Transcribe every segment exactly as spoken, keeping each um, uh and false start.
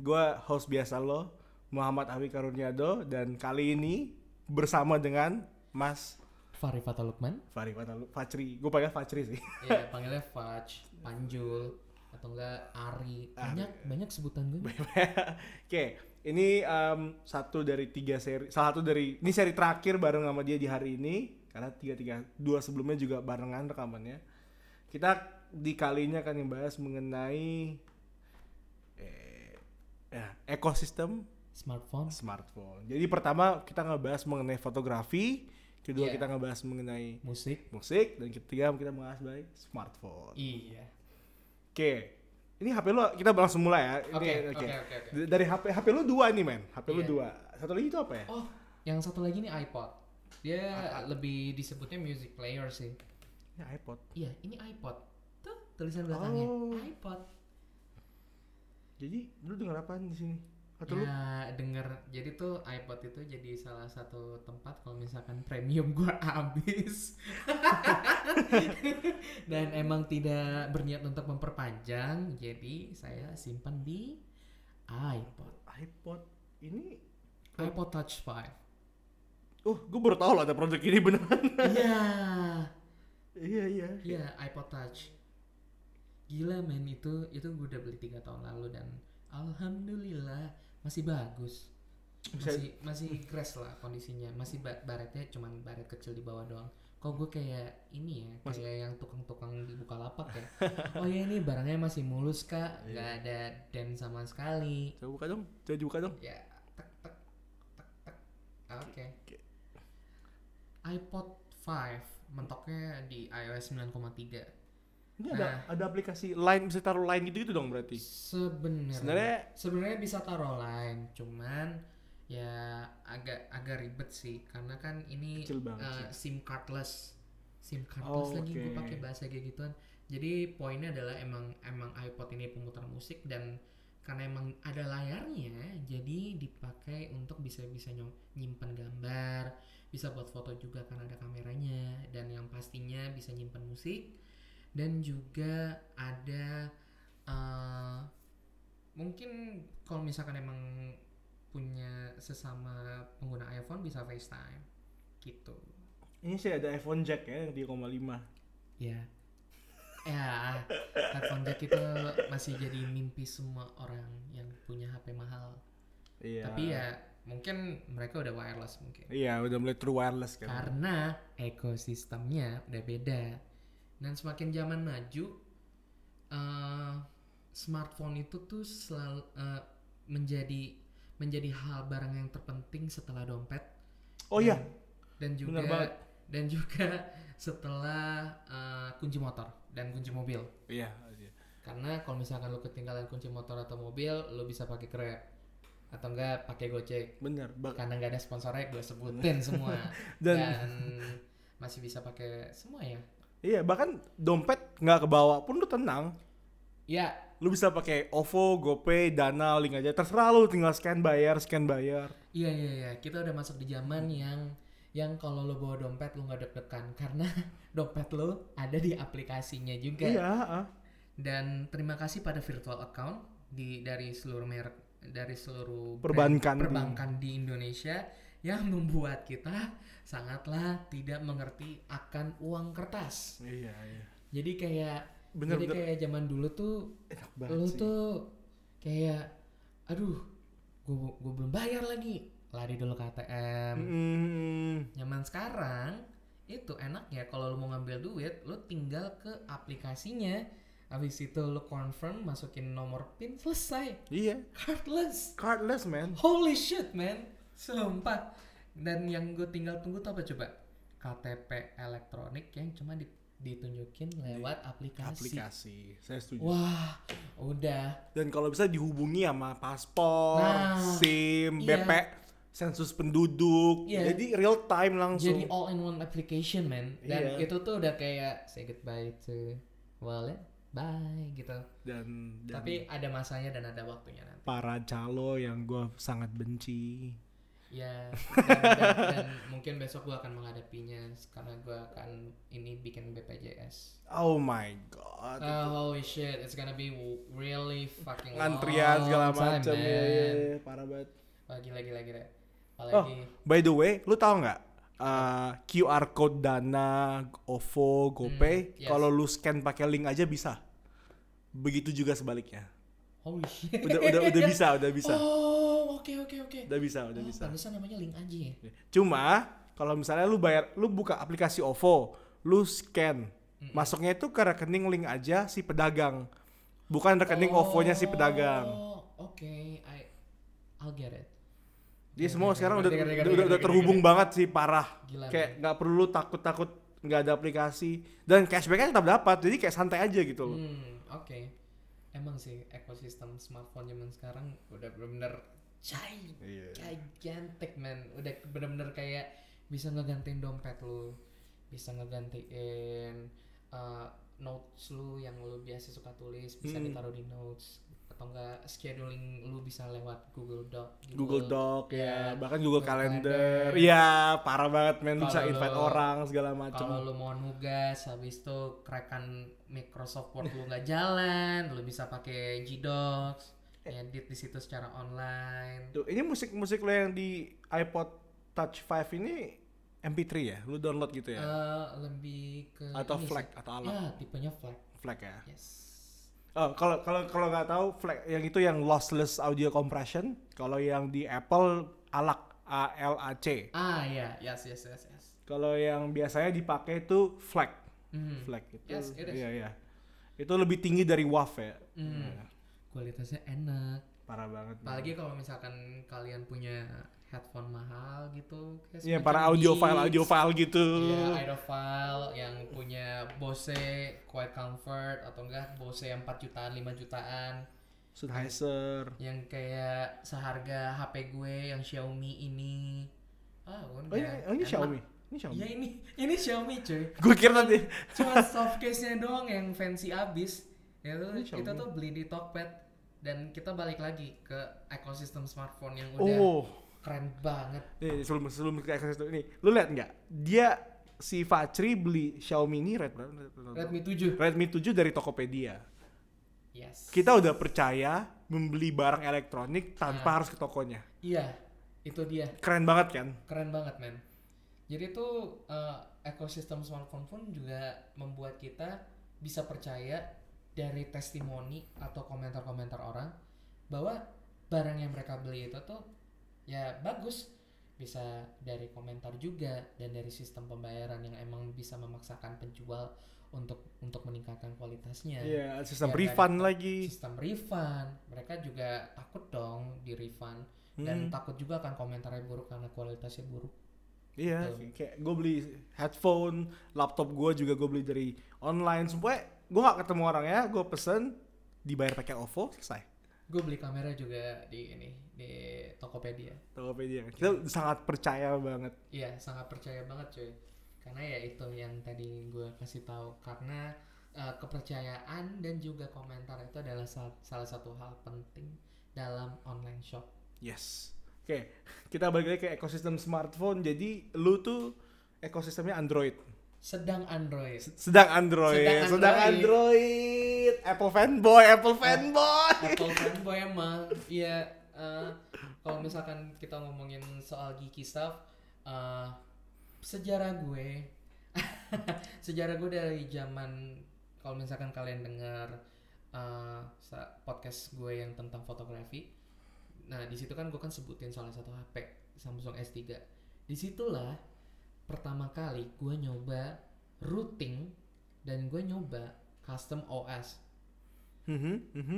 gue host biasa lo, Muhammad Awi Karunyado, dan kali ini bersama dengan Mas Fari Fatal Lukman. Fari Fatal Fajri. Gue panggil Fajri sih. Iya, panggilnya Faj, Panjul, atau enggak Ari. Banyak Ari. banyak sebutan gue. Oke, ini um, satu dari tiga seri, salah satu dari ini seri terakhir bareng sama dia di hari ini, karena tiga tiga dua sebelumnya juga barengan rekamannya. Kita di kalinya akan membahas mengenai eh, ya, ekosistem Smartphone. smartphone. Jadi pertama kita ngebahas mengenai fotografi, kedua Yeah. kita ngebahas mengenai Musik. musik, dan ketiga kita membahas mengenai smartphone. Iya. Oke, ini H P lo kita langsung mulai ya. Ini, Oke, oke. oke, oke, oke. D- Dari H P H P lo dua nih men, H P lo Iya. dua. Satu lagi itu apa ya? Oh, yang satu lagi nih iPod. Dia Ah, ah. lebih disebutnya music player sih. Ini iPod. Iya, ini iPod. Tuh, tulisan belakangnya Oh. iPod. Jadi lu dengar apa di sini? Atau lu? Ya, denger. Jadi tuh iPod itu jadi salah satu tempat kalau misalkan premium gua habis. Dan emang tidak berniat untuk memperpanjang, jadi saya simpan di iPod. iPod ini. iPod Touch five. Oh, gue baru tahu loh ada produk ini beneran. Iya. Iya iya. Iya, iPod Touch. Gila men, itu itu gue udah beli tiga tahun lalu dan alhamdulillah masih bagus. Bisa- Masih masih crash lah kondisinya. Masih ba- baretnya cuman baret kecil di bawah doang. Kok gue kayak ini ya, Mas- kayak yang tukang-tukang di Bukalapak ya. Oh ya, ini barangnya masih mulus kak, nggak Iya. ada dent sama sekali. Coba buka dong. Coba dibuka dong. Ya, tek tek tek tek. Oke. Oke. iPod five mentoknya di iOS sembilan koma tiga. Ini ada Nah. ada aplikasi line, bisa taruh line gitu gitu dong berarti. Sebenarnya Sebenarnya sebenarnya bisa taruh line, cuman ya agak agak ribet sih karena kan ini Kecil banget eh, sih. SIM cardless. SIM cardless Oh, lagi gue oke. pakai bahasa kayak gituan. Jadi poinnya adalah emang emang iPod ini pemutar musik dan karena emang ada layarnya, jadi dipakai untuk bisa-bisa nyom- nyimpan gambar, bisa buat foto juga karena ada kameranya, dan yang pastinya bisa nyimpan musik, dan juga ada eh, mungkin kalau misalkan emang punya sesama pengguna iPhone bisa FaceTime gitu. Ini sih ada iPhone jack ya yang tiga koma lima. Ya. Ya, headphone jack itu masih jadi mimpi semua orang yang punya H P mahal. Iya. Tapi ya mungkin mereka udah wireless mungkin. Iya, udah mulai true wireless kan. Karena ekosistemnya udah beda. Dan semakin zaman maju, eh, smartphone itu tuh selalu eh, menjadi menjadi hal barang yang terpenting setelah dompet. Oh Dan- iya, Dan juga benar banget. dan juga setelah eh, kunci motor dan kunci mobil. Iya, iya. Karena kalau misalkan lo ketinggalan kunci motor atau mobil, lo bisa pakai Grab atau enggak pakai Gojek. Bener. Ba- Karena nggak ada sponsornya, gue sebutin semua. Dan, Dan masih bisa pakai semua ya. iya, bahkan dompet nggak kebawa pun lu tenang. Ya, Lu bisa pakai OVO, GoPay, Dana, link aja. Terserah lu, tinggal scan bayar, scan bayar. iya iya iya. Kita udah masuk di zaman yang yang kalau lo bawa dompet lo nggak deg-degan karena dompet lo ada di aplikasinya juga. Iya, ah. Dan terima kasih pada virtual account di dari seluruh merek dari seluruh brand Perbankan di- perbankan di Indonesia yang membuat kita sangatlah tidak mengerti akan uang kertas. Iya, iya. Jadi kayak Bener, jadi bener. kayak zaman dulu tuh Enak banget lu sih. tuh kayak aduh gue gue belum bayar lagi, lari dulu ke A T M. Mm, Nyaman sekarang itu enaknya kalau lu mau ngambil duit lu tinggal ke aplikasinya, habis itu lu confirm masukin nomor pin selesai, iya, cardless. cardless man. Holy shit man, sumpah. Dan yang gue tinggal tunggu tuh apa coba, K T P elektronik yang cuma di- ditunjukin lewat aplikasi. Aplikasi, saya setuju. Wah udah. Dan kalau bisa dihubungi sama paspor, Nah, SIM, iya. B P, sensus penduduk. Iya. Jadi real time langsung. Jadi all in one application man. Dan Iya. itu tuh udah kayak say goodbye to wallet, bye gitu. dan, dan Tapi ada masanya dan ada waktunya nanti. para calo yang gue sangat benci. Ya, dan, dan, dan mungkin besok gue akan menghadapinya karena gue akan ini bikin B P J S. Oh my god. Uh, holy shit, it's gonna be w- really fucking Ngantrian segala long time, macam ya, ya, man. ya, parah banget. Wah, gila gila gila. Oh, Apalagi by the way, lu tahu nggak uh, Q R code Dana, OVO, GoPay, Hmm, yes. kalau lu scan pakai link aja bisa. Begitu juga sebaliknya. holy shit. Udah udah udah bisa, udah bisa. Oh, oke oke oke. Udah bisa, udah Oh, bisa. pantesan namanya link aja ya. Cuma kalau misalnya lu bayar, lu buka aplikasi OVO, lu scan, Mm-mm. masuknya itu ke rekening link aja si pedagang, bukan rekening OVO-nya si pedagang. Oh, oke, okay. I I'll get it. Dia Ngerti, semua ngerti, sekarang ngerti, udah ngerti, udah, ngerti, udah, ngerti, udah terhubung ngerti. banget sih, parah. Gila, Kayak man. nggak perlu takut-takut nggak ada aplikasi dan cashbacknya tetap dapat, jadi kayak santai aja gitu loh. Hmm, oke. Okay. Emang sih ekosistem smartphone zaman sekarang udah bener-bener giant, Iya. gigantic man. Udah bener-bener kayak bisa ngegantiin dompet lu, bisa ngegantiin uh, notes lu yang lu biasa suka tulis, bisa Hmm. ditaruh di notes atau enggak scheduling lu bisa lewat Google Doc, Google Doc ya, ya, bahkan Google Google Calendar. Calendar. Iya, parah banget men, lu bisa Kalau invite lu- orang segala macem. Kalau lu mau nugas, habis itu kerekan Microsoft Word lu nggak jalan, lu bisa pakai G-Docs, edit di situ secara online. Tuh, ini musik-musik lo yang di iPod Touch five ini M P three ya? Lu download gitu ya? Eh, lebih ke Atau ini FLAC sih. atau alat? Ya, tipenya FLAC. FLAC ya. Yes. Oh, kalau kalau kalau nggak tahu FLAC yang itu yang lossless audio compression. Kalau yang di Apple ALAC, A L A C. Ah ya, yes yes yes yes. Kalau yang biasanya dipakai itu FLAC. Hmm. FLAC itu. Yes, it is. Iya, iya. Itu lebih tinggi dari W A V ya. Hmm. Iya, Kualitasnya enak. parah banget. Apalagi kalau misalkan kalian punya headphone mahal gitu, kayak Iya, semacam para audiophile Beats. audiophile gitu. Iya, audiophile yang punya Bose Quiet Comfort atau enggak Bose yang empat jutaan, lima jutaan, Sennheiser. yang kayak seharga H P gue yang Xiaomi ini. Ah, kan Oh, ini, oh, ini Xiaomi. Ini Xiaomi. Iya ini, ini Xiaomi cuy. Gue kira nanti. Cuma soft case-nya doang yang fancy abis. Ya tuh, Ini kita Xiaomi. tuh beli di Tokped dan kita balik lagi ke ekosistem smartphone yang udah Oh, keren banget. nih sebelum sebelum ke ekosistem ini, lu lihat nggak? Dia si Fajri beli Xiaomi ini Red Redmi tujuh. Redmi tujuh dari Tokopedia. Yes. Kita udah percaya membeli barang elektronik tanpa Ah. harus ke tokonya. Iya, itu dia. Keren banget kan? Keren banget men. Jadi tuh eh, ekosistem smartphone pun juga membuat kita bisa percaya dari testimoni atau komentar-komentar orang bahwa barang yang mereka beli itu tuh ya bagus. Bisa dari komentar juga dan dari sistem pembayaran yang emang bisa memaksakan penjual untuk untuk meningkatkan kualitasnya. Iya, sistem Ya, refund dari lagi. Sistem refund, mereka juga takut dong di refund dan Hmm. takut juga akan komentarnya buruk karena kualitasnya buruk. Iya, Betul. kayak gue beli headphone, laptop gue juga gue beli dari online. Supaya gue gak ketemu orangnya, gue pesen, dibayar pakai OVO, selesai. Gue beli kamera juga di ini di Tokopedia. Tokopedia. Kita sangat percaya banget. Iya, sangat percaya banget cuy. Karena ya itu yang tadi gue kasih tahu karena uh, kepercayaan dan juga komentar itu adalah sal- salah satu hal penting dalam online shop. Yes. Oke, kita balik lagi ke ekosistem smartphone. Jadi lu tuh ekosistemnya Android. Sedang Android. Sedang Android. Sedang Sedang Android. Apple fanboy, Apple fanboy. Apple fanboy emang. Iya, uh, kalau misalkan kita ngomongin soal geeky stuff, uh, sejarah gue, sejarah gue dari zaman kalau misalkan kalian dengar uh, sa- podcast gue yang tentang fotografi, nah di situ kan gue kan sebutin salah satu H P Samsung S tiga. Disitulah pertama kali gue nyoba routing dan gue nyoba custom O S. Mhm, mhm.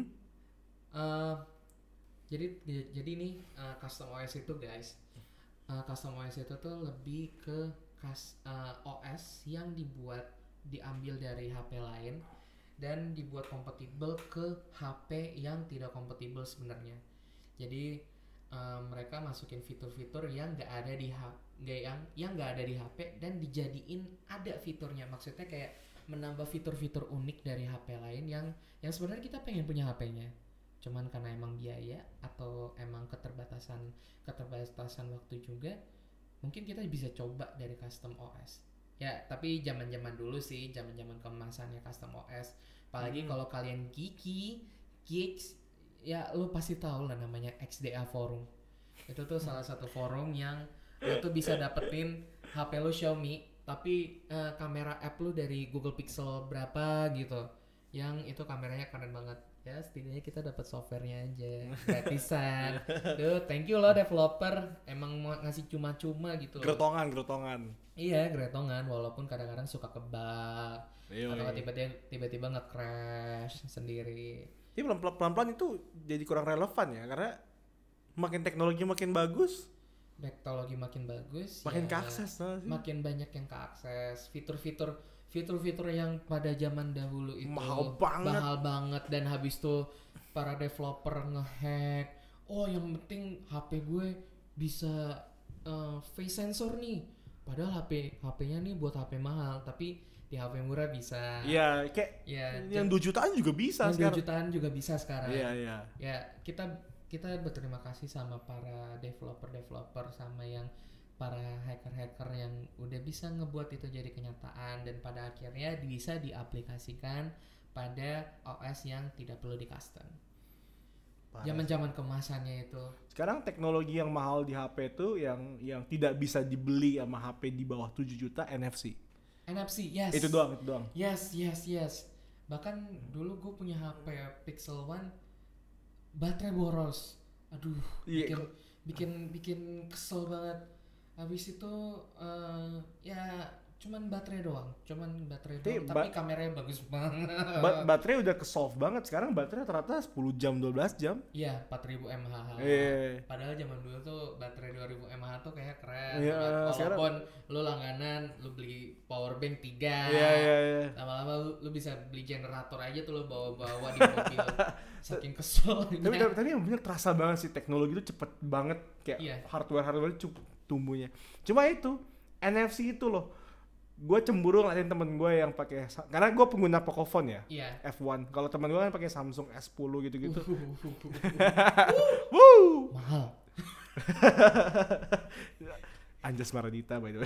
Uh, jadi jadi nih uh, custom O S itu guys, uh, custom O S itu tuh lebih ke kas, uh, O S yang dibuat diambil dari H P lain dan dibuat kompatibel ke H P yang tidak kompatibel sebenarnya. Jadi uh, mereka masukin fitur-fitur yang nggak ada di H nggak yang yang nggak ada di H P dan dijadiin ada fiturnya. Maksudnya kayak menambah fitur-fitur unik dari H P lain yang yang sebenarnya kita pengen punya H P-nya. cuman karena emang biaya atau emang keterbatasan keterbatasan waktu juga, mungkin kita bisa coba dari custom O S. Ya, tapi zaman-zaman dulu sih, zaman-zaman kemasannya custom O S. Apalagi Hmm. kalau kalian geeky, geeks, ya lu pasti tahu lah namanya X D A Forum. Itu tuh salah satu forum yang lu tuh bisa dapetin H P lu Xiaomi, tapi eh, kamera app lu dari Google Pixel berapa gitu. Yang itu kameranya keren banget. Ya setidaknya kita dapat softwarenya aja gratisan. Duh, thank you loh developer, emang mau ngasih cuma-cuma gitu loh. Gerotongan, gerotongan. Iya, gretongan, walaupun kadang-kadang suka kebug Iya, atau iya. tiba-tiba tiba-tiba nge-crash sendiri. Tapi pelan- pelan-pelan itu jadi kurang relevan ya, karena makin teknologi makin bagus, Teknologi makin bagus, makin ya, keakses tau gak sih? makin banyak yang keakses. Fitur-fitur fitur-fitur yang pada zaman dahulu itu Mahal banget. mahal banget, dan habis itu para developer ngehack. Oh, yang penting H P gue bisa eh, face sensor nih. Padahal H P H P-nya nih buat H P mahal, tapi di H P murah bisa. Iya, kayak Ya, yang dua jutaan juga bisa yang dua sekarang. jutaan juga bisa sekarang. Iya, iya. Ya, kita kita berterima kasih sama para developer-developer, sama yang para hacker-hacker yang udah bisa ngebuat itu jadi kenyataan, dan pada akhirnya bisa diaplikasikan pada O S yang tidak perlu di custom. Parah. Zaman-zaman kemasannya itu. Sekarang teknologi yang mahal di H P itu yang yang tidak bisa dibeli sama H P di bawah tujuh juta, N F C. N F C, yes. Itu doang, itu doang. Yes, yes, yes. Bahkan dulu gue punya H P Pixel One, baterai boros. Aduh, Iya, bikin kok- bikin bikin kesel banget. Habis itu eh, ya cuman baterai doang, cuman baterai Tapi doang, tapi ba- kameranya bagus banget. Ba- baterai udah ke-solve banget. Sekarang baterai rata-rata sepuluh jam, dua belas jam. Iya, empat ribu mAh. Iya. Padahal zaman dulu tuh baterai dua ribu mAh tuh kayak keren. Iya, banget. sekarang- Walaupun lu langganan, lu beli power bank tiga. Iya, iya, iya. Lama-lama lu, lu bisa beli generator aja tuh lu bawa-bawa di mobil. Saking keselnya. Tapi, tapi tapi yang bener terasa banget sih, teknologi itu cepet banget, kayak Iya. hardware-hardware cepet tumbuhnya. Cuma itu N F C itu loh, gue cemburu ngeliatin temen gue yang pakai, sa- karena gue pengguna Pocophone ya, Iya. F satu. Kalau teman gue kan pakai Samsung S sepuluh gitu-gitu. Uh. Woo! Mahal. Anjas Maradita by the way.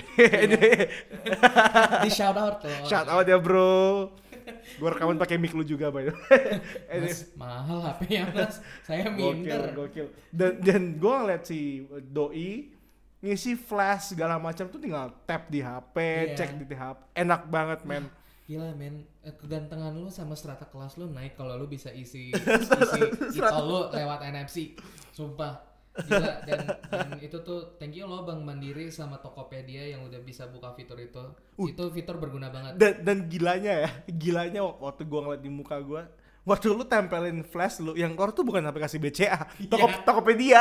Di shout out tuh. Shout out ya bro. Gue rekaman pakai mic lu juga by the way. Mas, mahal H P-nya mas. Saya Gokil, minder. gokil. Dan dan gue ngeliat si Doi ngisi flash segala macam tuh tinggal tap di H P, Iya. cek di H P. Enak banget men. Gila men, Eh, kegantengan lu sama strata kelas lu naik kalau lu bisa isi isi itu lu lewat N F C. Sumpah. Gila, dan, dan itu tuh thank you lo Bank Mandiri sama Tokopedia yang udah bisa buka fitur itu. Uh. Itu fitur berguna banget. Dan dan gilanya ya, gilanya wak- waktu gue ngeliat di muka gue, waktu lu tempelin flash lu, yang keluar tuh bukan aplikasi B C A, Toko, Iya. Tokopedia.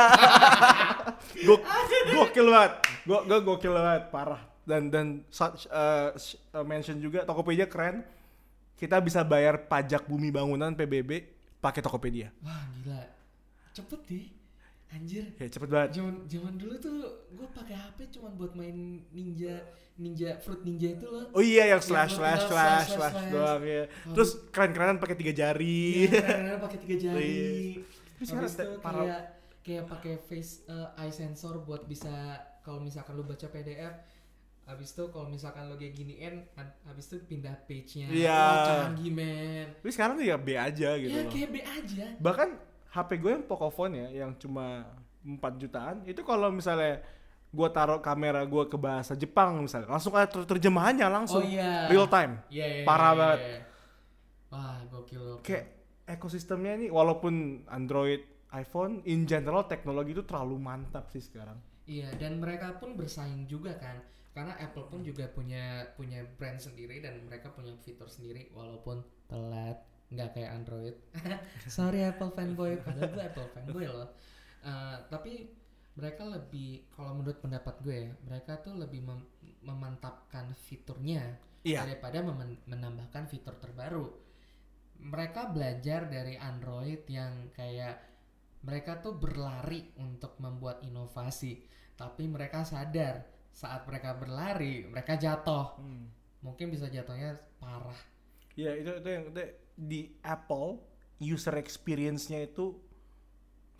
Gok, gokil banget, gue gue gokil banget, parah. Dan dan such, uh, sh- uh, mention juga Tokopedia keren. Kita bisa bayar pajak bumi bangunan P B B pakai Tokopedia. Wah gila, cepet deh. Anjir. Ya cepet banget. Zaman zaman dulu tuh gue pakai H P cuman buat main ninja ninja fruit ninja itu loh. Oh iya yang Yang slash lu slash tinggal slash slash, slash slash. doang ya. Aduh. Terus keren-kerenan pakai tiga jari. Iya, kadang-kadang pakai tiga jari. Iya. Tapi sekarang Habis itu te- para- kayak kayak pakai face uh, eye sensor buat bisa kalau misalkan lu baca P D F. Habis itu kalau misalkan lu kayak giniin, kan habis itu pindah page-nya. Iya. Wah, canggih men. Tapi sekarang tuh ya B aja gitu Ya loh. kayak B aja. Bahkan H P gue yang Pocophone ya, yang cuma empat jutaan, itu kalau misalnya gue taruh kamera gue ke bahasa Jepang misalnya, langsung ada ter- terjemahannya langsung. Oh iya. Real time. Iya, iya, Parah iya, banget. iya. Wah, gokil gokil. Kayak ekosistemnya ini, walaupun Android, iPhone, in general teknologi itu terlalu mantap sih sekarang. Iya, dan mereka pun bersaing juga kan. Karena Apple pun juga punya punya brand sendiri dan mereka punya fitur sendiri walaupun telat, nggak kayak Android. Sorry Apple fanboy, padahal gue Apple fanboy loh. Uh, tapi mereka lebih, kalau menurut pendapat gue ya, mereka tuh lebih mem- memantapkan fiturnya Iya. daripada mem- menambahkan fitur terbaru. Mereka belajar dari Android yang kayak mereka tuh berlari untuk membuat inovasi, tapi mereka sadar saat mereka berlari mereka jatuh. Hmm. Mungkin bisa jatuhnya parah. Iya itu itu yang itu, di Apple user experience-nya itu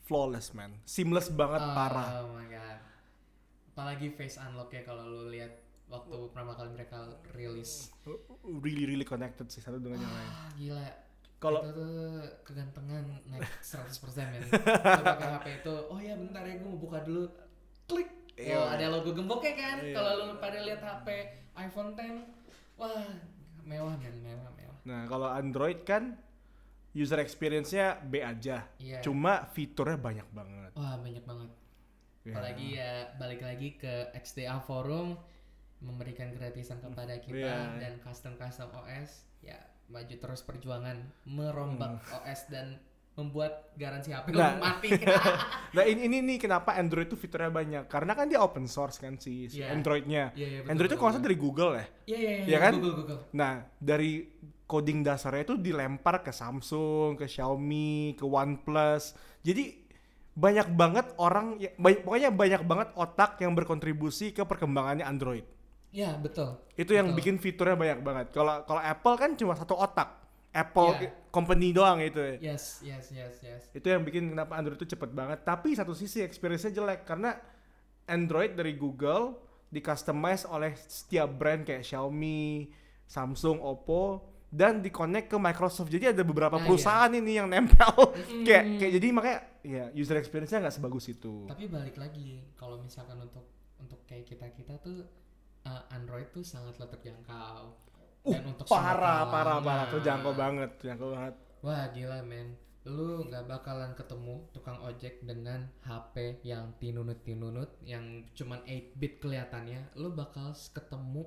flawless man, seamless banget Oh parah. my god. Apalagi face unlock ya kalau lu lihat waktu pertama kali mereka rilis. Really really connected sih satu dengan yang lain. Ah, gila. Kalau Itu tuh kegantengan naik seratus persen men. Lu pakai H P itu, oh ya bentar ya gue mau buka dulu. Klik. Iya. Oh, ada logo gemboknya kan. Iya. Kalau lu pada lihat H P iPhone X, wah, mewah men, mewah, mewah. nah kalau Android kan user experience-nya B aja, Iya. cuma fiturnya banyak banget. Wah, banyak banget. Ya. Apalagi ya balik lagi ke X D A Forum memberikan gratisan kepada kita Iya. dan custom-custom O S, ya maju terus perjuangan merombak O S dan membuat garansi H P lu Nah. mati. Nah ini, ini nih kenapa Android tuh fiturnya banyak, karena kan dia open source kan si, si Iya. Androidnya. Iya, iya, betul, Android itu betul, kalau nggak salah dari Google ya. Iya iya Iya kan? Google Google. Nah dari coding dasarnya itu dilempar ke Samsung, ke Xiaomi, ke OnePlus. Jadi banyak banget orang, ya, banyak, pokoknya banyak banget otak yang berkontribusi ke perkembangannya Android. Iya betul. Itu yang Betul. bikin fiturnya banyak banget. Kalau kalau Apple kan cuma satu otak, Apple Iya. company doang itu. Ya. Yes yes yes yes. Itu yang bikin kenapa Android itu cepet banget. Tapi satu sisi experience-nya jelek karena Android dari Google di customize oleh setiap brand kayak Xiaomi, Samsung, Oppo dan di connect ke Microsoft. Jadi ada beberapa Nah, perusahaan ini yang nempel. Mm-mm. kayak kayak jadi makanya ya user experience-nya nggak sebagus itu. Tapi balik lagi kalau misalkan untuk untuk kayak kita kita tuh uh, Android tuh sangatlah terjangkau. Uh, Dan untuk semua parah, parah, kalangan. parah, terjangkau banget, terjangkau banget. Wah gila men, lu nggak bakalan ketemu tukang ojek dengan H P yang tinunut-tinunut yang cuman eight bit kelihatannya. Lu bakal ketemu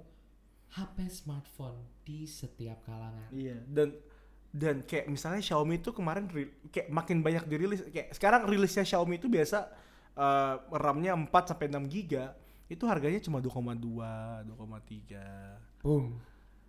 H P smartphone di setiap kalangan. Iya, dan dan kayak misalnya Xiaomi itu kemarin ri- kayak makin banyak dirilis. Kayak sekarang rilisnya Xiaomi itu biasa uh, RAM-nya empat sampai enam giga. Itu harganya cuma dua koma dua, dua koma tiga. Boom.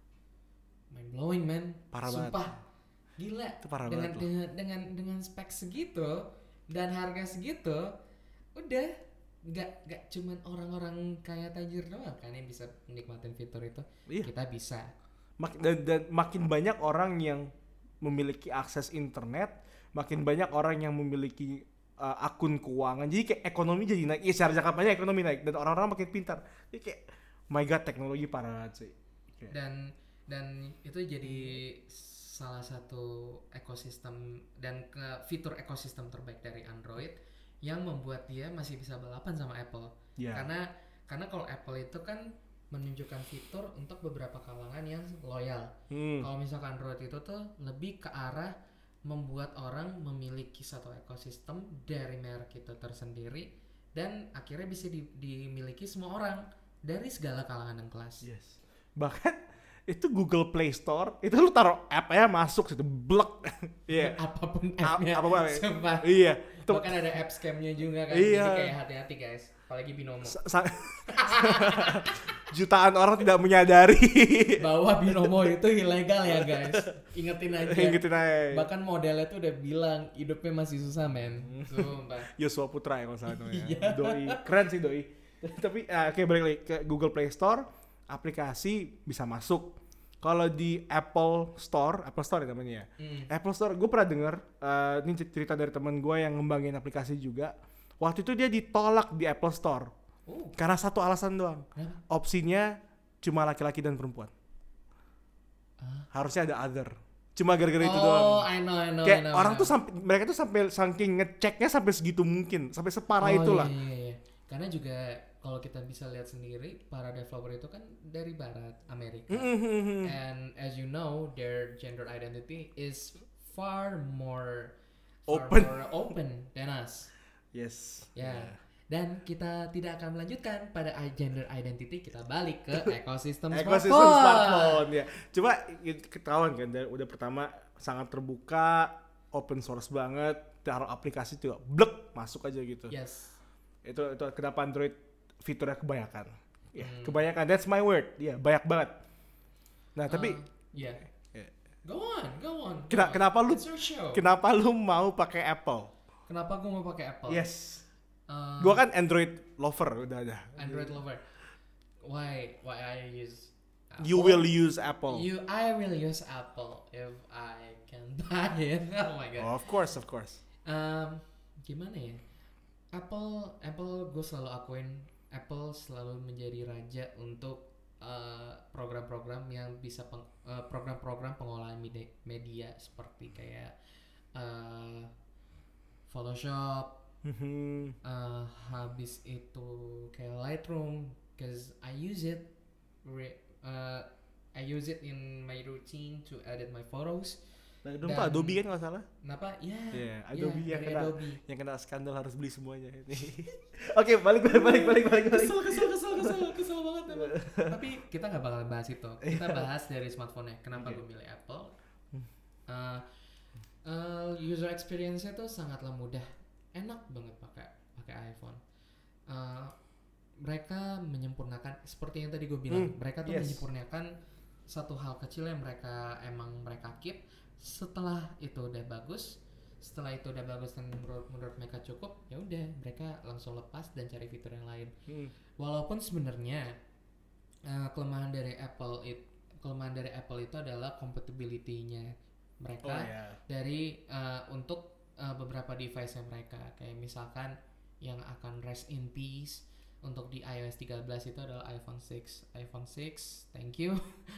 Mind blowing man. Parah Sumpah. banget. Gila. Itu parah dengan, banget loh. dengan dengan dengan spek segitu dan harga segitu, udah nggak nggak cuman orang-orang kaya tajir doang kan yang bisa menikmatin fitur itu. Iya. Kita bisa. Mak- dan, dan makin banyak orang yang memiliki akses internet, makin banyak orang yang memiliki uh, akun keuangan. Jadi kayak ekonomi jadi naik. Iya, secara jangka panjang ekonomi naik dan orang-orang makin pintar. Jadi kayak my god, teknologi parah banget sih. Kayak- Dan dan itu jadi salah satu ekosistem dan ke fitur ekosistem terbaik dari Android yang membuat dia masih bisa balapan sama Apple. Iya. Karena karena kalau Apple itu kan menunjukkan fitur untuk beberapa kalangan yang loyal. Hmm. Kalau misalkan Android itu tuh lebih ke arah membuat orang memiliki satu ekosistem dari merek itu tersendiri dan akhirnya bisa di- dimiliki semua orang dari segala kalangan dan kelas. Yes. Bahkan itu Google Play Store, itu lu taruh app-nya masuk situ blek. Iya. Apapun A- app-nya. apapun. Sumpah. Iya. Itu Bahkan ada app scam-nya juga kan. Iya. Jadi kayak hati-hati guys. Apalagi Binomo. sa- sa- jutaan orang tidak menyadari. Bahwa Binomo itu ilegal ya guys. Ingetin aja. Ingetin aja. Bahkan modelnya tuh udah bilang hidupnya masih susah men. Sumpah. Yosua Putra ya kalau salah namanya. Iya. Doi, keren sih Doi. Tapi ah, oke balik lagi ke Google Play Store, aplikasi bisa masuk. Kalau di Apple Store, Apple Store ya namanya ya. Hmm. Apple Store, gue pernah denger, eh, ini cerita dari teman gue yang ngembangin aplikasi juga. Waktu itu dia ditolak di Apple Store Oh, karena satu alasan doang. kenapa? Opsinya cuma laki-laki dan perempuan. Ah. Harusnya ada other. Cuma gara-gara itu doang. Oh, I know, I know, Kayak I know, orang I tuh know. sampai mereka tuh sampai saking ngeceknya sampai segitu mungkin, sampai separah Oh, itulah. Iya, iya, iya. Karena juga kalau kita bisa lihat sendiri para developer itu kan dari barat Amerika. Mhm. And as you know, their gender identity is far more far Open. more open than us. Yes. Ya. Yeah. Dan kita tidak akan melanjutkan pada i- gender identity, kita balik ke ekosistem Ekosistem smartphone. smartphone ya. Coba i- ketahuan kan dari udah pertama sangat terbuka, open source banget, taruh aplikasi juga blek masuk aja gitu. Yes. Itu itu kenapa Android fiturnya kebanyakan. Ya, Hmm. kebanyakan. That's my word. Ya, banyak banget. Nah, tapi Uh, yeah. Ya. Go on, go on. go Kena- on. kenapa lu- It's your show. kenapa lu mau pakai Apple? Kenapa gue mau pakai Apple? Yes. Uh, Gua kan Android lover udah ada. Android lover. Why? Why I use? Apple? You will use Apple. You, I will use Apple if I can buy it. Oh my god. Oh, of course, of course. Um, gimana ya? Apple Apple gue selalu akuin Apple selalu menjadi raja untuk uh, program-program yang bisa peng, uh, program-program pengolahan media, media seperti kayak uh, Photoshop, Mhm. uh, habis itu kayak Lightroom, cause I use it, re, uh, I use it in my routine to edit my photos. Nah, itu Pak Adobe kan nggak salah? Kenapa? Ya, Iya, ya Adobe yang dari kena Adobe. yang kena skandal harus beli semuanya ini. Oke, balik balik balik balik balik. balik. Kesel kesel kesel kesel kesel banget emang. Tapi kita nggak bakal bahas itu. Kita bahas dari smartphone-nya. Kenapa Oke. gue milih Apple? Uh, uh, user experience-nya tuh sangatlah mudah, enak banget pakai pakai iPhone. Uh, mereka menyempurnakan seperti yang tadi gue bilang. Hmm, Mereka tuh yes. menyempurnakan satu hal kecil yang mereka emang mereka keep. Setelah itu udah bagus, setelah itu udah bagus dan menurut menurut mereka cukup, ya udah mereka langsung lepas dan cari fitur yang lain. Hmm. Walaupun sebenarnya uh, kelemahan dari Apple it, kelemahan dari Apple itu adalah compatibility-nya mereka Oh, yeah. dari uh, untuk uh, beberapa device-nya mereka, kayak misalkan yang akan rest in peace untuk di iOS tiga belas itu adalah iPhone six. iPhone six, thank you.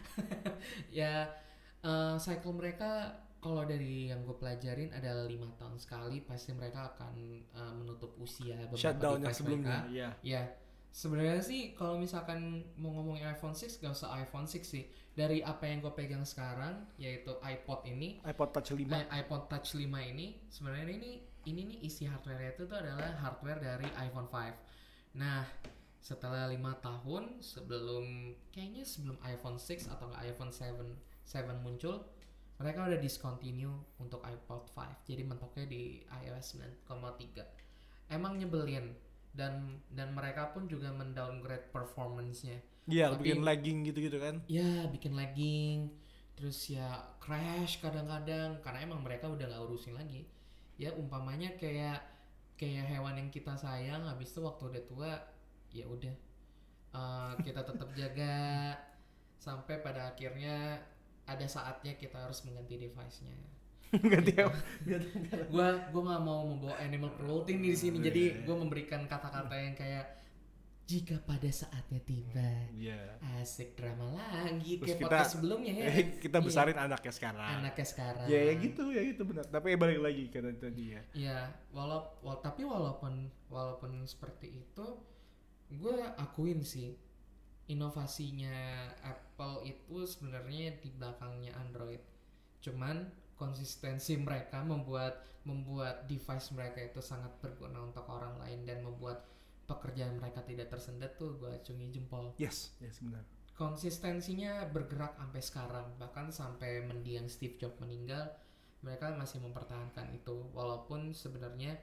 Ya, uh, cycle mereka kalau dari yang gue pelajarin adalah lima tahun sekali pasti mereka akan uh, menutup usia beberapa Shutdown yang device sebelumnya, mereka. iya. Ya, sebenarnya sih kalau misalkan mau ngomongin iPhone six gak usah iPhone six sih. Dari apa yang gue pegang sekarang yaitu iPod ini, iPod Touch lima. i- iPod Touch lima ini sebenarnya ini ini nih isi hardware itu tuh adalah hardware dari iPhone five. Nah, setelah lima tahun sebelum kayaknya sebelum iPhone six atau nggak iPhone seven seven muncul, mereka udah discontinue untuk iPod five. Jadi mentoknya di iOS nine koma tiga. Emang nyebelin dan dan mereka pun juga mendowngrade performance-nya. Iya, Tapi- bikin lagging gitu-gitu kan. Ya, bikin lagging, terus ya crash kadang-kadang karena emang mereka udah nggak urusin lagi. Ya umpamanya kayak kayak hewan yang kita sayang, habis itu waktu udah tua ya udah uh, kita tetap jaga sampai pada akhirnya ada saatnya kita harus mengganti device-nya. Ganti Gitu. apa? Ganti- Gua gua nggak mau membawa animal cruelty di sini, Hmm, jadi iya, iya. gua memberikan kata-kata yang kayak jika pada saatnya tiba. Iya. Asik, drama lagi Terus kayak kita- podcast sebelumnya ya. Eh, kita Iya. besarin anaknya sekarang. Anaknya sekarang. Ya, ya gitu, ya gitu benar. Tapi balik lagi ke tadi ya. Ya, walau, wal, tapi walaupun walaupun seperti itu, gue akuin sih inovasinya Apple itu sebenarnya di belakangnya Android. Cuman konsistensi mereka membuat membuat device mereka itu sangat berguna untuk orang lain dan membuat pekerjaan mereka tidak tersendat tuh gue acungi jempol. Yes, yes benar. Konsistensinya bergerak sampai sekarang, bahkan sampai mendiang Steve Jobs meninggal mereka masih mempertahankan itu, walaupun sebenarnya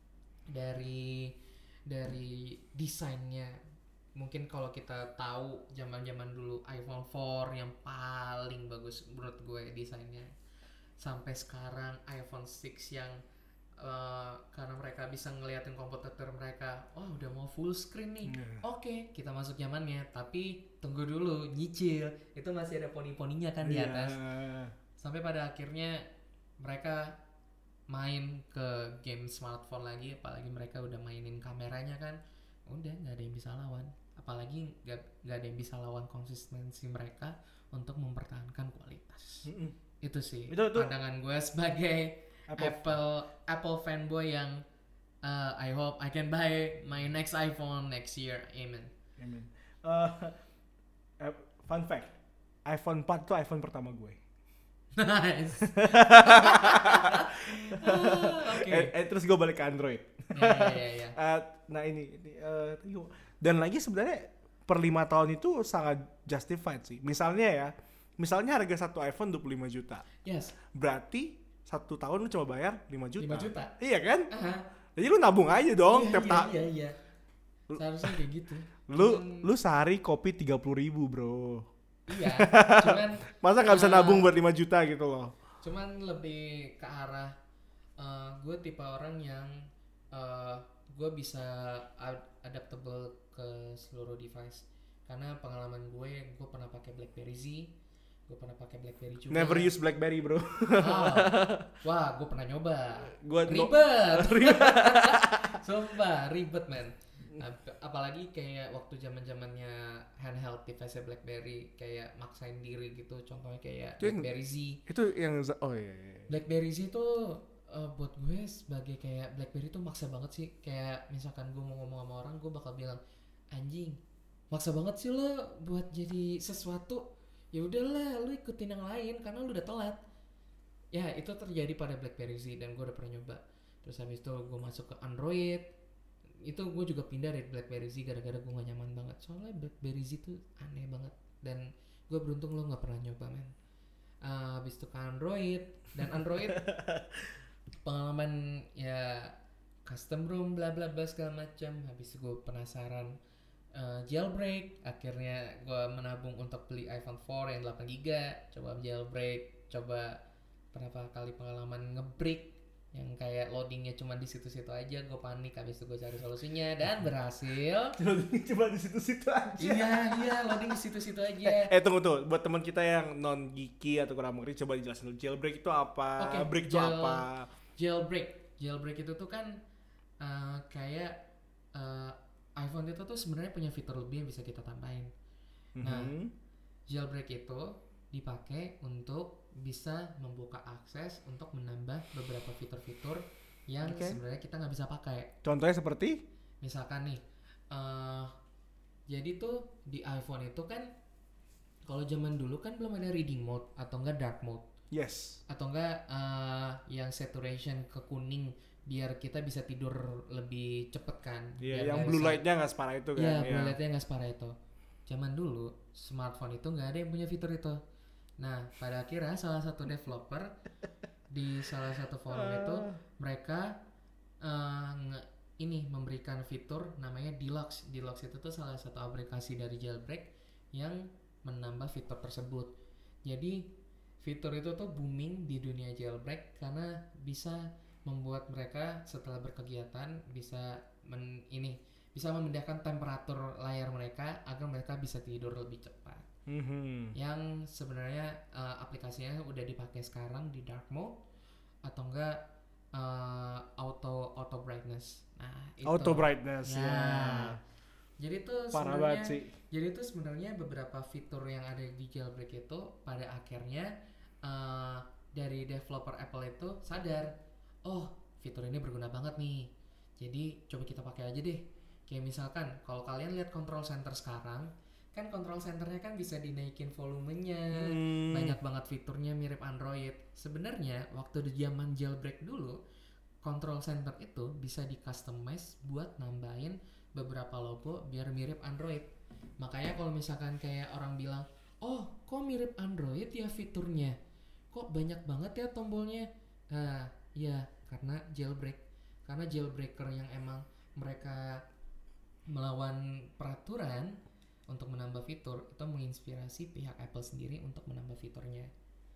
dari dari desainnya mungkin kalau kita tahu zaman-zaman dulu iPhone four yang paling bagus menurut gue desainnya, sampai sekarang iPhone six yang Uh, karena mereka bisa ngeliatin kompetitor mereka, oh udah mau full screen nih, Yeah. oke okay, kita masuk zamannya, tapi tunggu dulu nyicil, itu masih ada poni-poninya kan di Iya. atas, sampai pada akhirnya mereka main ke game smartphone lagi, apalagi mereka udah mainin kameranya kan, udah nggak ada yang bisa lawan, apalagi nggak nggak ada yang bisa lawan konsistensi mereka untuk mempertahankan kualitas. Mm-mm. Itu sih Itu- itu- pandangan gue sebagai Apple. Apple Apple fanboy yang uh, I hope I can buy my next iPhone next year. Amen. Amen. Uh, eh, fun fact, iPhone four tuh iPhone pertama gue. Nice. Ah, Oke. Eh, eh, terus gue balik ke Android. Ya ya ya. ya. Uh, nah ini, ini uh, yuk. Dan lagi sebenarnya per lima tahun itu sangat justified sih. Misalnya ya, misalnya harga satu iPhone dua puluh lima juta. Yes. Berarti satu tahun lu coba bayar lima juta. lima juta. Iya kan? Aha. Jadi lu nabung aja dong Iya, tiap iya, tahun. iya iya. Seharusnya kayak gitu. Lu Cuman- lu sehari kopi tiga puluh ribu bro. Iya. Cuman Masa nggak bisa Ah. nabung buat lima juta gitu loh. cuman lebih ke arah gue tipe orang yang gue bisa ad- adaptable ke seluruh device, karena pengalaman gue gue pernah pakai BlackBerry Z, gue pernah pakai BlackBerry juga. Never use BlackBerry bro. Ah, wah, gue pernah nyoba. Gua no- Ribet. Sumpah, ribet men. Ap- apalagi kayak waktu zaman zamannya handheld device BlackBerry, kayak maksain diri gitu. Contohnya kayak Itu yang- BlackBerry Z. Itu yang za- oh iya, iya. BlackBerry Z itu uh, buat gue sebagai kayak BlackBerry tuh maksa banget sih. Kayak misalkan gue mau ngomong sama orang, gue bakal bilang, anjing, maksa banget sih lo buat jadi sesuatu. Ya udahlah, lu ikutin yang lain karena lu udah telat. Ya itu terjadi pada BlackBerry Z dan gue udah pernah nyoba. Terus habis itu gue masuk ke Android. Itu gue juga pindah dari BlackBerry Z gara-gara gue gak nyaman banget. Soalnya BlackBerry Z tuh aneh banget. Dan gue beruntung lo gak pernah nyoba men. Uh, habis itu ke Android. Dan Android pengalaman ya custom ROM bla bla bla segala macam. Habis itu gue penasaran uh, jailbreak. Akhirnya gue menabung untuk beli iPhone four yang delapan giga. Coba jailbreak. Coba berapa kali pengalaman ngebreak yang kayak loadingnya cuma di situ-situ aja. Gue panik, habis itu gue cari solusinya dan berhasil. Coba di situ-situ aja. Iya iya loading di situ-situ aja. Eh, eh tunggu tuh, buat teman kita yang non geeky atau kurang mengerti, coba dijelasin dulu jailbreak itu apa, Oke, break itu jail- apa. Jailbreak, jailbreak itu tuh kan uh, kayak uh, iPhone itu tuh sebenarnya punya fitur lebih yang bisa kita tambahin. Nah, Mhm. jailbreak itu dipakai untuk bisa membuka akses untuk menambah beberapa fitur-fitur yang Oke. sebenarnya kita nggak bisa pakai. Contohnya seperti? Misalkan nih, uh, jadi tuh di iPhone itu kan kalau zaman dulu kan belum ada reading mode atau enggak dark mode Yes. atau enggak uh, yang saturation ke kuning biar kita bisa tidur lebih cepet kan. Iya, Biar yang nggak blue bisa- light-nya nggak separah itu kan. Iya, Iya. blue light-nya nggak separah itu. Zaman dulu smartphone itu nggak ada yang punya fitur itu. Nah, pada akhirnya salah satu developer di salah satu forum itu mereka uh, nge- ini memberikan fitur namanya Deluxe. Deluxe itu tuh salah satu aplikasi dari jailbreak yang menambah fitur tersebut. Jadi fitur itu tuh booming di dunia jailbreak karena bisa membuat mereka setelah berkegiatan bisa men, ini bisa memindahkan temperatur layar mereka agar mereka bisa tidur lebih cepat. Mhm. Yang sebenarnya uh, aplikasinya udah dipakai sekarang di dark mode atau enggak uh, auto auto brightness. Nah, itu. Auto brightness Ya. ya. Jadi itu Parah sebenarnya banget sih. jadi itu sebenarnya beberapa fitur yang ada di jailbreak itu pada akhirnya uh, dari developer Apple itu sadar, oh fitur ini berguna banget nih. Jadi coba kita pakai aja deh. Kayak misalkan kalau kalian lihat control center sekarang, kan control centernya kan bisa dinaikin volumenya, Hmm. banyak banget fiturnya mirip Android. Sebenarnya waktu di zaman jailbreak dulu, control center itu bisa di customize buat nambahin beberapa logo biar mirip Android. Makanya kalau misalkan kayak orang bilang, oh kok mirip Android ya fiturnya, kok banyak banget ya tombolnya. Nah ya karena jailbreak, karena jailbreaker yang emang mereka melawan peraturan untuk menambah fitur itu menginspirasi pihak Apple sendiri untuk menambah fiturnya.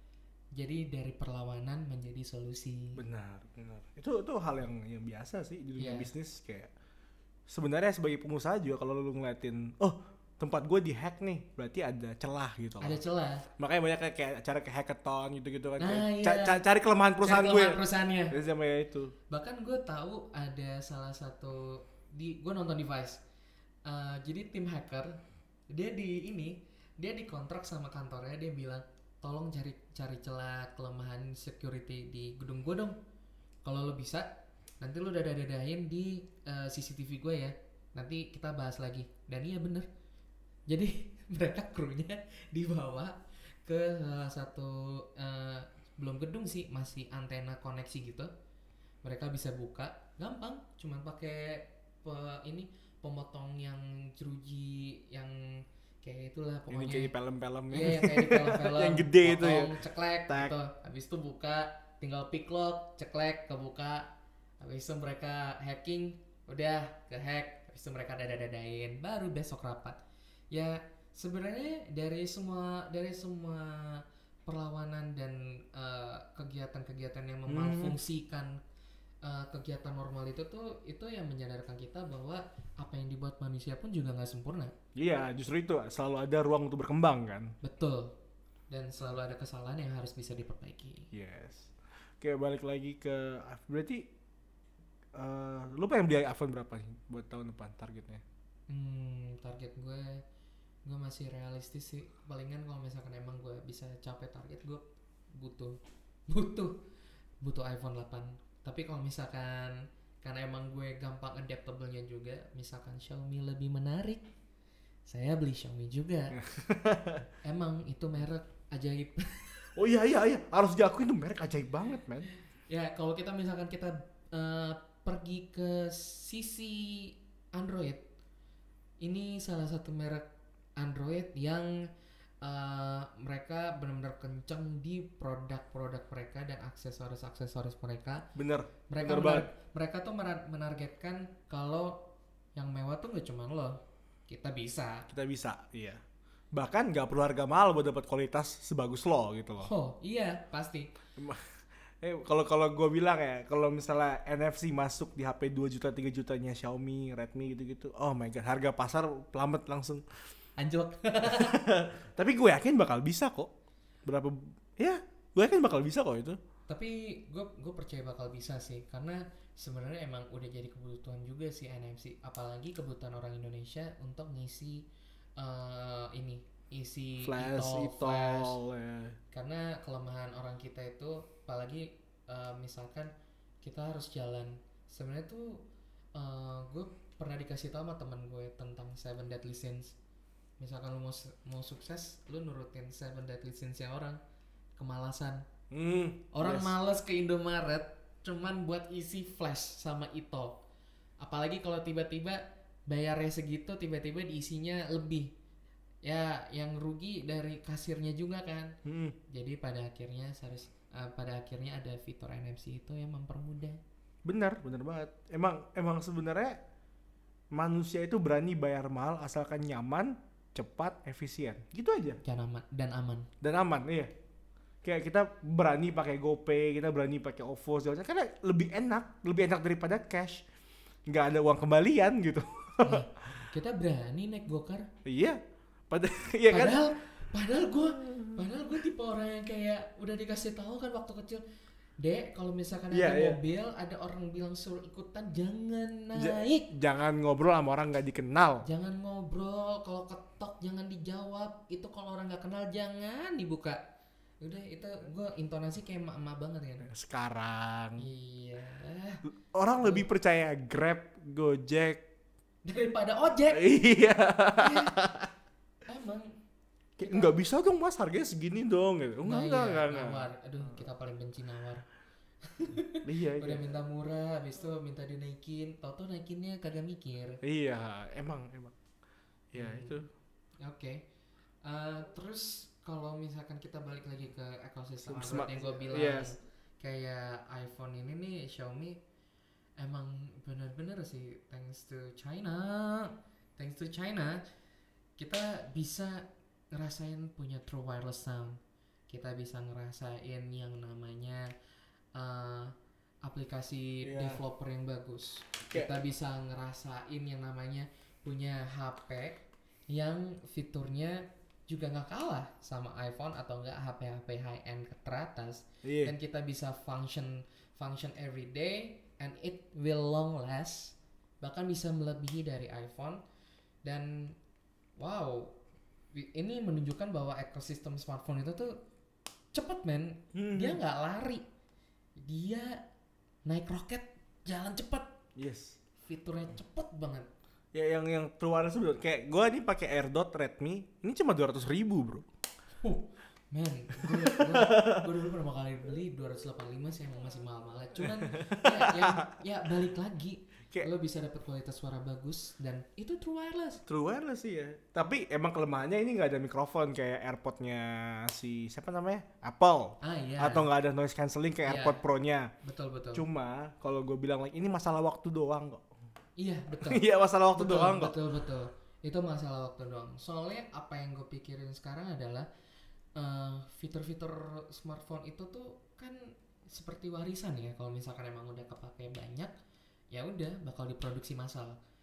Jadi dari perlawanan menjadi solusi. Benar, benar. Itu itu hal yang yang biasa sih di dunia Iya. bisnis. Kayak sebenarnya sebagai pengusaha juga kalau lu ngeliatin, oh tempat gue dihack nih, berarti ada celah gitu loh. Ada celah. Makanya banyak kayak, kayak cara ke hackathon gitu-gitu kan. Nah, Kayak iya. ca- ca- cari kelemahan perusahaan Cari gue. kelemahan perusahaannya. Dari zaman itu. Bahkan gue tahu ada salah satu di gue nonton di Vice. Uh, jadi tim hacker dia di ini dia dikontrak sama kantornya, dia bilang tolong cari cari celah kelemahan security di gedung gue dong. Kalau lo bisa nanti lo dadah-dadahin di uh, C C T V gue ya. Nanti kita bahas lagi. Dan iya bener. Jadi mereka krunya dibawa ke salah satu uh, belum gedung sih, masih antena koneksi gitu. Mereka bisa buka gampang, cuman pakai pe- ini pemotong yang jeruji yang kayak itulah Ini pokoknya. kayak di film-film ya. Iya, yang kayak di film-film. Yang gede itu ya. Potong, ceklek Tak. gitu. Habis itu buka, tinggal pick lock, ceklek, kebuka. Habis itu mereka hacking, udah ke-hack. Habis itu mereka dadah-dadahin, baru besok rapat. Ya, sebenarnya dari semua dari semua perlawanan dan uh, kegiatan-kegiatan yang Hmm. memalfungsikan uh, kegiatan normal itu tuh itu yang menyadarkan kita bahwa apa yang dibuat manusia pun juga nggak sempurna. Iya, justru itu selalu ada ruang untuk berkembang kan. Betul. dan selalu ada kesalahan yang harus bisa diperbaiki. Yes. Oke, balik lagi ke berarti uh, lu pengen beli iPhone berapa sih buat tahun depan targetnya? Hmm, target gue gue masih realistis sih. Palingan kalau misalkan emang gue bisa capai target, gue butuh butuh butuh iPhone delapan. Tapi kalau misalkan karena emang gue gampang adaptable-nya juga, misalkan Xiaomi lebih menarik, saya beli Xiaomi juga. Emang itu merek ajaib. Oh iya iya iya, harus diakui itu merek ajaib banget, man. Ya, kalau kita misalkan kita uh, pergi ke sisi Android, ini salah satu merek Android yang uh, mereka benar-benar kenceng di produk-produk mereka dan aksesoris-aksesoris mereka. Bener. Mereka bener menar- banget. mereka tuh menar- menargetkan kalau yang mewah tuh gak cuma lo, kita bisa. Kita bisa, iya. Bahkan nggak perlu harga mahal buat dapat kualitas sebagus lo gitu loh. Oh iya pasti. Eh kalau kalau gue bilang ya, kalau misalnya N F C masuk di H P dua juta tiga jutanya Xiaomi, Redmi gitu-gitu, oh my god, harga pasar plummet langsung. Anjlok. Tapi gue yakin bakal bisa kok. Berapa? Ya, gue yakin bakal bisa kok itu. Tapi gue gue percaya bakal bisa sih, karena sebenarnya emang udah jadi kebutuhan juga sih N F C, apalagi kebutuhan orang Indonesia untuk ngisi uh, ini isi Flash, e-tol, e-tol, flash. ya. Karena kelemahan orang kita itu, apalagi uh, misalkan kita harus jalan. Sebenarnya tuh uh, gue pernah dikasih tahu sama teman gue tentang Seven Deadly Sins. Misalkan lu mau mau sukses, lu nurutin Seven Deadly Sins-nya orang. Kemalasan. Hmm, Orang yes. males ke Indomaret cuman buat isi flash sama e-tol. Apalagi kalau tiba-tiba bayarnya segitu, tiba-tiba diisinya lebih. Ya, yang rugi dari kasirnya juga kan. Hmm. Jadi pada akhirnya harus uh, pada akhirnya ada fitur N F C itu yang mempermudah. Benar, benar banget. Emang emang sebenarnya manusia itu berani bayar mahal asalkan nyaman, cepat, efisien. Gitu aja. Dan aman dan aman. Dan aman, iya. Kayak kita berani pakai GoPay, kita berani pakai OVO segala macam, karena lebih enak, lebih enak daripada cash. Nggak ada uang kembalian gitu. Eh, kita berani naik gokar. Iya. Pada iya kan? Padahal padahal gue padahal gue tipe orang yang kayak udah dikasih tahu kan waktu kecil, Dek, kalau misalkan Iya, ada iya. mobil, ada orang bilang suruh ikutan, jangan Ja- naik. Jangan ngobrol sama orang nggak dikenal. Jangan ngobrol, kalau ketok jangan dijawab. Itu kalau orang nggak kenal jangan dibuka. Udah, itu gue intonasi kayak emak-emak banget kan. Sekarang Iya. orang lebih percaya Grab, Gojek. Daripada ojek. Iya. Emang. Kayak, nggak bisa dong mas, harganya segini dong gitu. Nah, Enggak, iya, enggak, enggak, enggak. nawar. Aduh, kita paling benci nawar. Iya, Udah iya. minta murah, habis itu minta dinaikin. Tau-tau naikinnya kagak mikir. Iya, emang, emang. Ya Hmm. itu. Oke. Uh, terus kalau misalkan kita balik lagi ke ekosistem Smart- Android yang gue bilang, yes. kayak iPhone ini nih, Xiaomi emang benar-benar sih, thanks to China, thanks to China, kita bisa ngerasain punya true wireless sound. Kita bisa ngerasain yang namanya uh, aplikasi Yeah. developer yang bagus. Kayak- Kita bisa ngerasain yang namanya punya H P yang fiturnya juga nggak kalah sama iPhone atau enggak H P-H P high end teratas. Iya. Dan kita bisa function function every day and it will long last, bahkan bisa melebihi dari iPhone. Dan wow, wi- ini menunjukkan bahwa ekosistem smartphone itu tuh cepet men. Hmm. Dia nggak lari, dia naik roket jalan cepet. Yes. Fiturnya cepet banget. Ya yang yang true wireless itu bener. Kayak gue nih pakai AirDot Redmi, ini cuma dua ratus ribu bro. Huh, men, gue dulu pertama kali beli dua ratus delapan puluh lima sih, emang masih mahal-mahal. Cuman ya, ya, ya balik lagi, Kayak- lo bisa dapat kualitas suara bagus dan itu true wireless. True wireless sih ya. Tapi emang kelemahannya ini nggak ada mikrofon kayak AirPod-nya si siapa namanya? Apple. Ah iya. Atau nggak ada noise cancelling kayak Iya. AirPod Pro-nya. Betul betul. Cuma kalau gue bilang like, ini masalah waktu doang kok. Iya betul. Iya masalah waktu betul, doang kok. betul betul. Itu masalah waktu doang. Soalnya apa yang gue pikirin sekarang adalah uh, fitur-fitur smartphone itu tuh kan seperti warisan ya. Kalau misalkan emang udah kepake banyak, ya udah bakal diproduksi massal.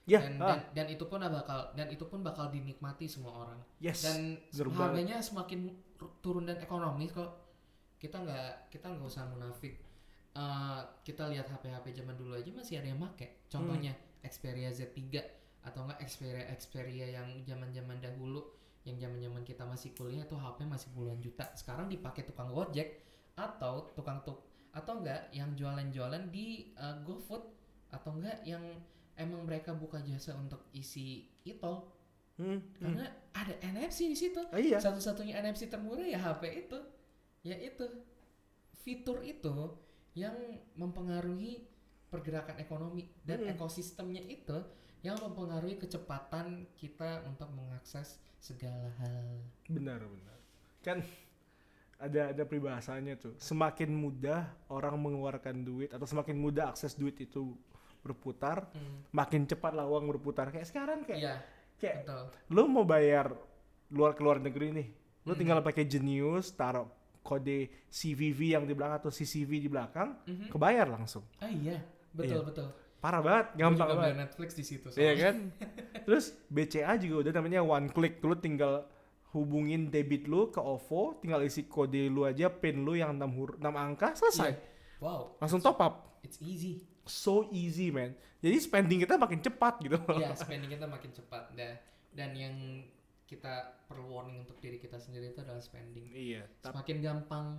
Ya, dan, ah. dan dan itu pun bakal dan itu pun bakal dinikmati semua orang. Yes. Dan bener banget. harganya semakin turun dan ekonomis kok. Kita nggak kita nggak usah munafik. Uh, kita lihat H P H P zaman dulu aja masih ada yang make. Contohnya hmm. Xperia Z tiga atau enggak Xperia Xperia yang zaman-zaman dahulu, yang zaman-zaman kita masih kuliah tuh H P masih puluhan juta. Sekarang dipakai tukang Gojek atau tukang tuk atau enggak yang jualan-jualan di uh, GoFood atau enggak yang emang mereka buka jasa untuk isi e-tol. Hmm. Karena hmm. ada N F C di situ. Oh, iya. Satu-satunya N F C termurah ya H P itu. Ya itu. Fitur itu yang mempengaruhi pergerakan ekonomi dan hmm. ekosistemnya itu yang mempengaruhi kecepatan kita untuk mengakses segala hal. Benar, benar. Kan ada ada peribahasanya tuh. Semakin mudah orang mengeluarkan duit atau semakin mudah akses duit itu berputar, hmm. makin cepat lah uang berputar. Kayak sekarang kayak ya, kayak betul. Lu mau bayar luar ke luar negeri nih. Lu hmm. tinggal pakai Genius, taruh kode C V V yang di belakang atau C C V di belakang, mm-hmm. kebayar langsung. Ah iya, betul iya. betul. Parah banget, gampang banget. banget. Netflix di situ. Iya kan? Terus B C A juga udah namanya one click, lu tinggal hubungin debit lu ke O V O, tinggal isi kode lu aja, pin lu yang enam huruf enam angka, selesai. Yeah. Wow. Langsung top up. It's easy. So easy, man. Jadi spending kita makin cepat gitu. Iya, spending kita makin cepat. Dan dan yang kita perlu warning untuk diri kita sendiri itu adalah spending. Iya. Semakin gampang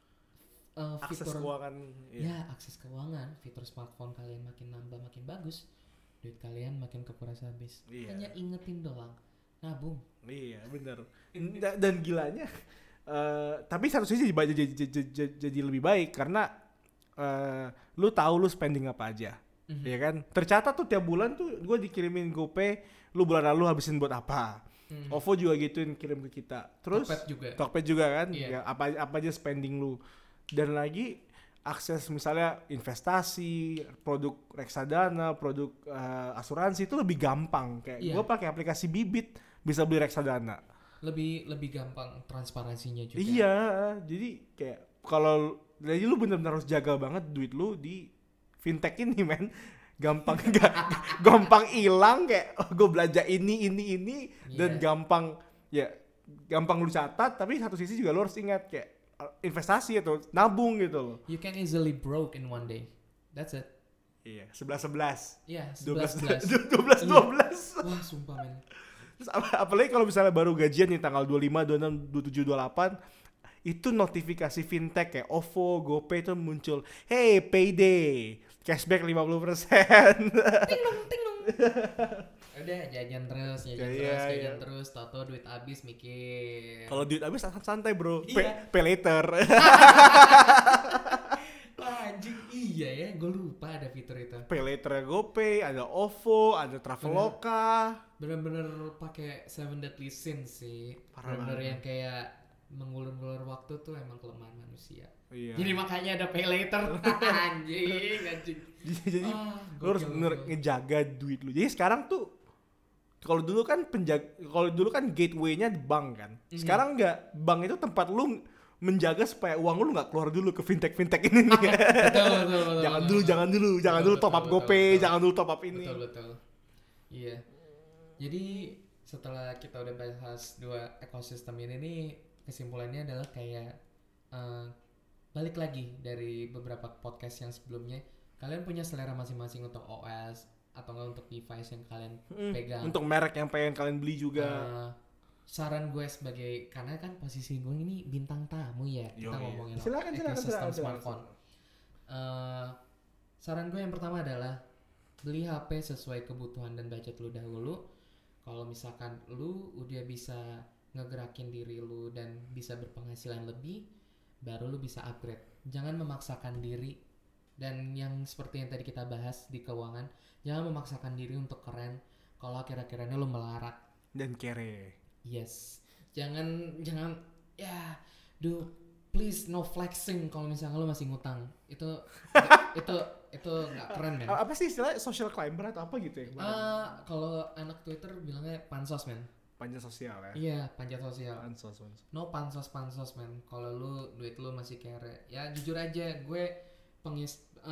uh, akses fitur, keuangan. Iya. Ya, akses keuangan, fitur smartphone kalian makin nambah makin bagus, duit kalian makin kekuras habis. Iya. Hanya ingetin doang, nabung. Iya, benar. dan, dan gilanya, uh, tapi satu sisi jadi, jadi, jadi, jadi lebih baik karena uh, lu tahu lu spending apa aja. Mm-hmm. Ya kan? Tercatat tuh tiap bulan tuh gue dikirimin GoPay, lu bulan lalu habisin buat apa. Hmm. O V O juga gituin kirim ke kita. Terus Tokped juga. Tokped juga kan. Yeah. Ya, apa apa aja spending lu. Dan lagi akses misalnya investasi, produk reksadana, produk uh, asuransi itu lebih gampang. Kayak yeah. gue pakai aplikasi Bibit bisa beli reksadana. Lebih lebih gampang transparansinya juga. Iya, jadi kayak kalau jadi lu benar-benar harus jaga banget duit lu di fintech ini, men. Gampang gak, gampang hilang kayak oh, gue belanja ini ini ini yeah. dan gampang ya gampang lu catat, tapi satu sisi juga lu harus ingat kayak investasi atau nabung gitu loh. You can easily broke in one day. That's it. Iya, sebelas sebelas. Iya, sebelas sebelas. dua belas dua belas. Wah, sumpah men. Terus ap- apalagi kalau misalnya baru gajian nih tanggal dua puluh lima, dua puluh enam, dua puluh tujuh, dua puluh delapan, itu notifikasi fintech kayak O V O, GoPay itu muncul. Hey, payday. Cashback lima puluh persen. Ting-long, ting-long. Udah jajan terus, jajan yeah, terus, jajan yeah. terus, tau-tau duit habis mikir. Kalau duit habis santai bro, iya. pay, pay later. Wah anjing, iya ya, gue lupa ada fitur itu. Pay later GoPay, ada O V O, ada Traveloka. Bener-bener pakai Seven Deadly Sins sih. Bener-bener yang kayak mengulur-ulur waktu tuh emang kelemahan manusia. Iya. Jadi makanya ada pay later. anjing, anjing. Jadi oh, lu harus bener ngejaga duit lu. Jadi sekarang tuh kalau dulu kan penjaga, kalau dulu kan gateway-nya di bank kan. Mm-hmm. Sekarang enggak, bank itu tempat lu menjaga supaya uang lu enggak keluar dulu ke fintech-fintech ini nih. betul, betul, betul, jangan betul, dulu, betul. jangan dulu, betul, jangan betul, dulu top up GoPay, jangan dulu top up ini. Betul, betul. Iya. Jadi setelah kita udah bahas dua ekosistem ini nih, kesimpulannya adalah kayak uh, balik lagi dari beberapa podcast yang sebelumnya, kalian punya selera masing-masing untuk O S atau enggak untuk device yang kalian hmm, pegang. Untuk merek yang pengen kalian beli juga. Uh, saran gue sebagai, karena kan posisi gue ini bintang tamu ya, Yo, kita iya. ngomongin silakan, ekosistem silakan, smartphone. Uh, saran gue yang pertama adalah beli H P sesuai kebutuhan dan budget lu dahulu. Kalau misalkan lu udah bisa ngegerakin diri lu dan bisa berpenghasilan lebih, baru lu bisa upgrade. Jangan memaksakan diri. Dan yang seperti yang tadi kita bahas di keuangan, jangan memaksakan diri untuk keren kalau akhir-akhirnya lu melarat dan kere. Yes. Jangan jangan ya, dude, please no flexing kalau misalnya lu masih ngutang. Itu itu itu enggak keren, men. Apa sih istilahnya, social climber atau apa gitu ya? Uh, kalau anak Twitter bilangnya pansos, men. Panjat sosial ya? Iya, panjat sosial. Pansos, pansos. No pansos-pansos, men. Kalau lu duit lu masih kere, ya jujur aja, gue pengis uh,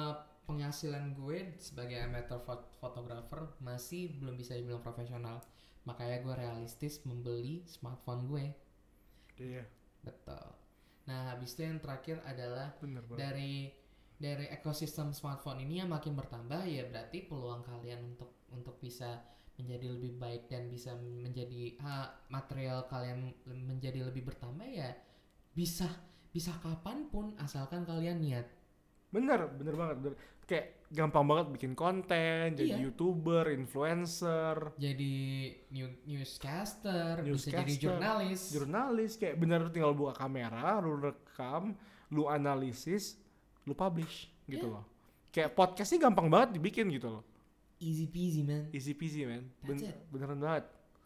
penghasilan gue sebagai amateur fot- photographer masih belum bisa dibilang profesional. Makanya gue realistis membeli smartphone gue. Iya. Betul. Nah, habis itu yang terakhir adalah Bener banget. dari dari ekosistem smartphone ini yang makin bertambah, ya berarti peluang kalian untuk untuk bisa menjadi lebih baik dan bisa menjadi ha, material kalian menjadi lebih bertambah ya bisa bisa kapanpun asalkan kalian niat. Bener, bener banget. Bener. Kayak gampang banget bikin konten, jadi Iya. YouTuber, influencer, Jadi new, newscaster, bisa jadi Newscaster, jurnalis. jurnalis. Kayak bener tinggal buka kamera, lu rekam, lu analisis, lu publish gitu Yeah. loh. Kayak podcast ini gampang banget dibikin gitu loh. Easy peasy man. Easy peasy man. That's Ben- it. beneran banget.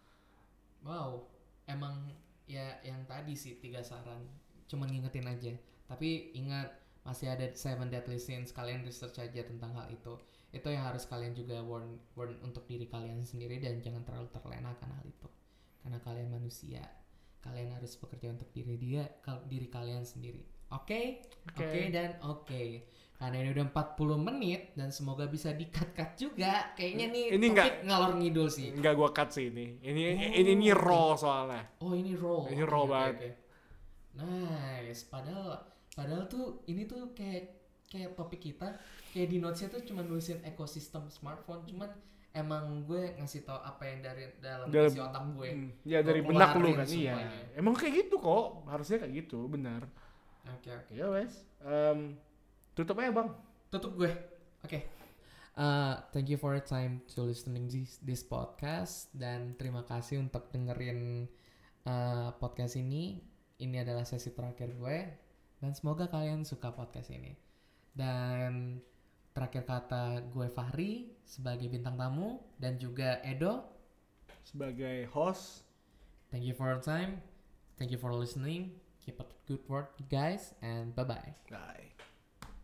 Wow, emang ya yang tadi sih tiga saran. Cuman ngingetin aja. Tapi ingat masih ada seven deadly sins. Kalian research aja tentang hal itu. Itu yang harus kalian juga warn, warn untuk diri kalian sendiri dan jangan terlalu terlena akan hal itu. Karena kalian manusia. Kalian harus bekerja untuk diri dia, kal- diri kalian sendiri. Oke? Oke. Oke dan oke. Karena ini udah empat puluh menit dan semoga bisa di-cut-cut juga. Kayaknya nih Ini topik nggak- ngalor ngidul sih. Enggak gua cut sih ini. Ini Oh, ini ini oke. raw soalnya. Oh ini raw. Ini Oke, raw oke, banget. oke. Nice. Padahal padahal tuh ini tuh kayak kayak topik kita kayak di notesnya tuh cuma nulisin ekosistem smartphone. Cuman emang gue ngasih tau apa yang dari dalam Dalam- isi otak gue. Hmm, ya Gua dari benak lu keluarin kan iya. semuanya. Emang kayak gitu kok. Harusnya kayak gitu, benar. Oke oke. Ya wes. Em, tutup aja, Bang. Tutup gue. Oke. Uh, thank you for your time to listening this this podcast dan terima kasih untuk dengerin uh, podcast ini. Ini adalah sesi terakhir gue dan semoga kalian suka podcast ini. Dan terakhir kata gue Fahri sebagai bintang tamu dan juga Edo. Sebagai host, Thank you for your time. Thank you for listening. Keep up the good work guys and bye bye. bye.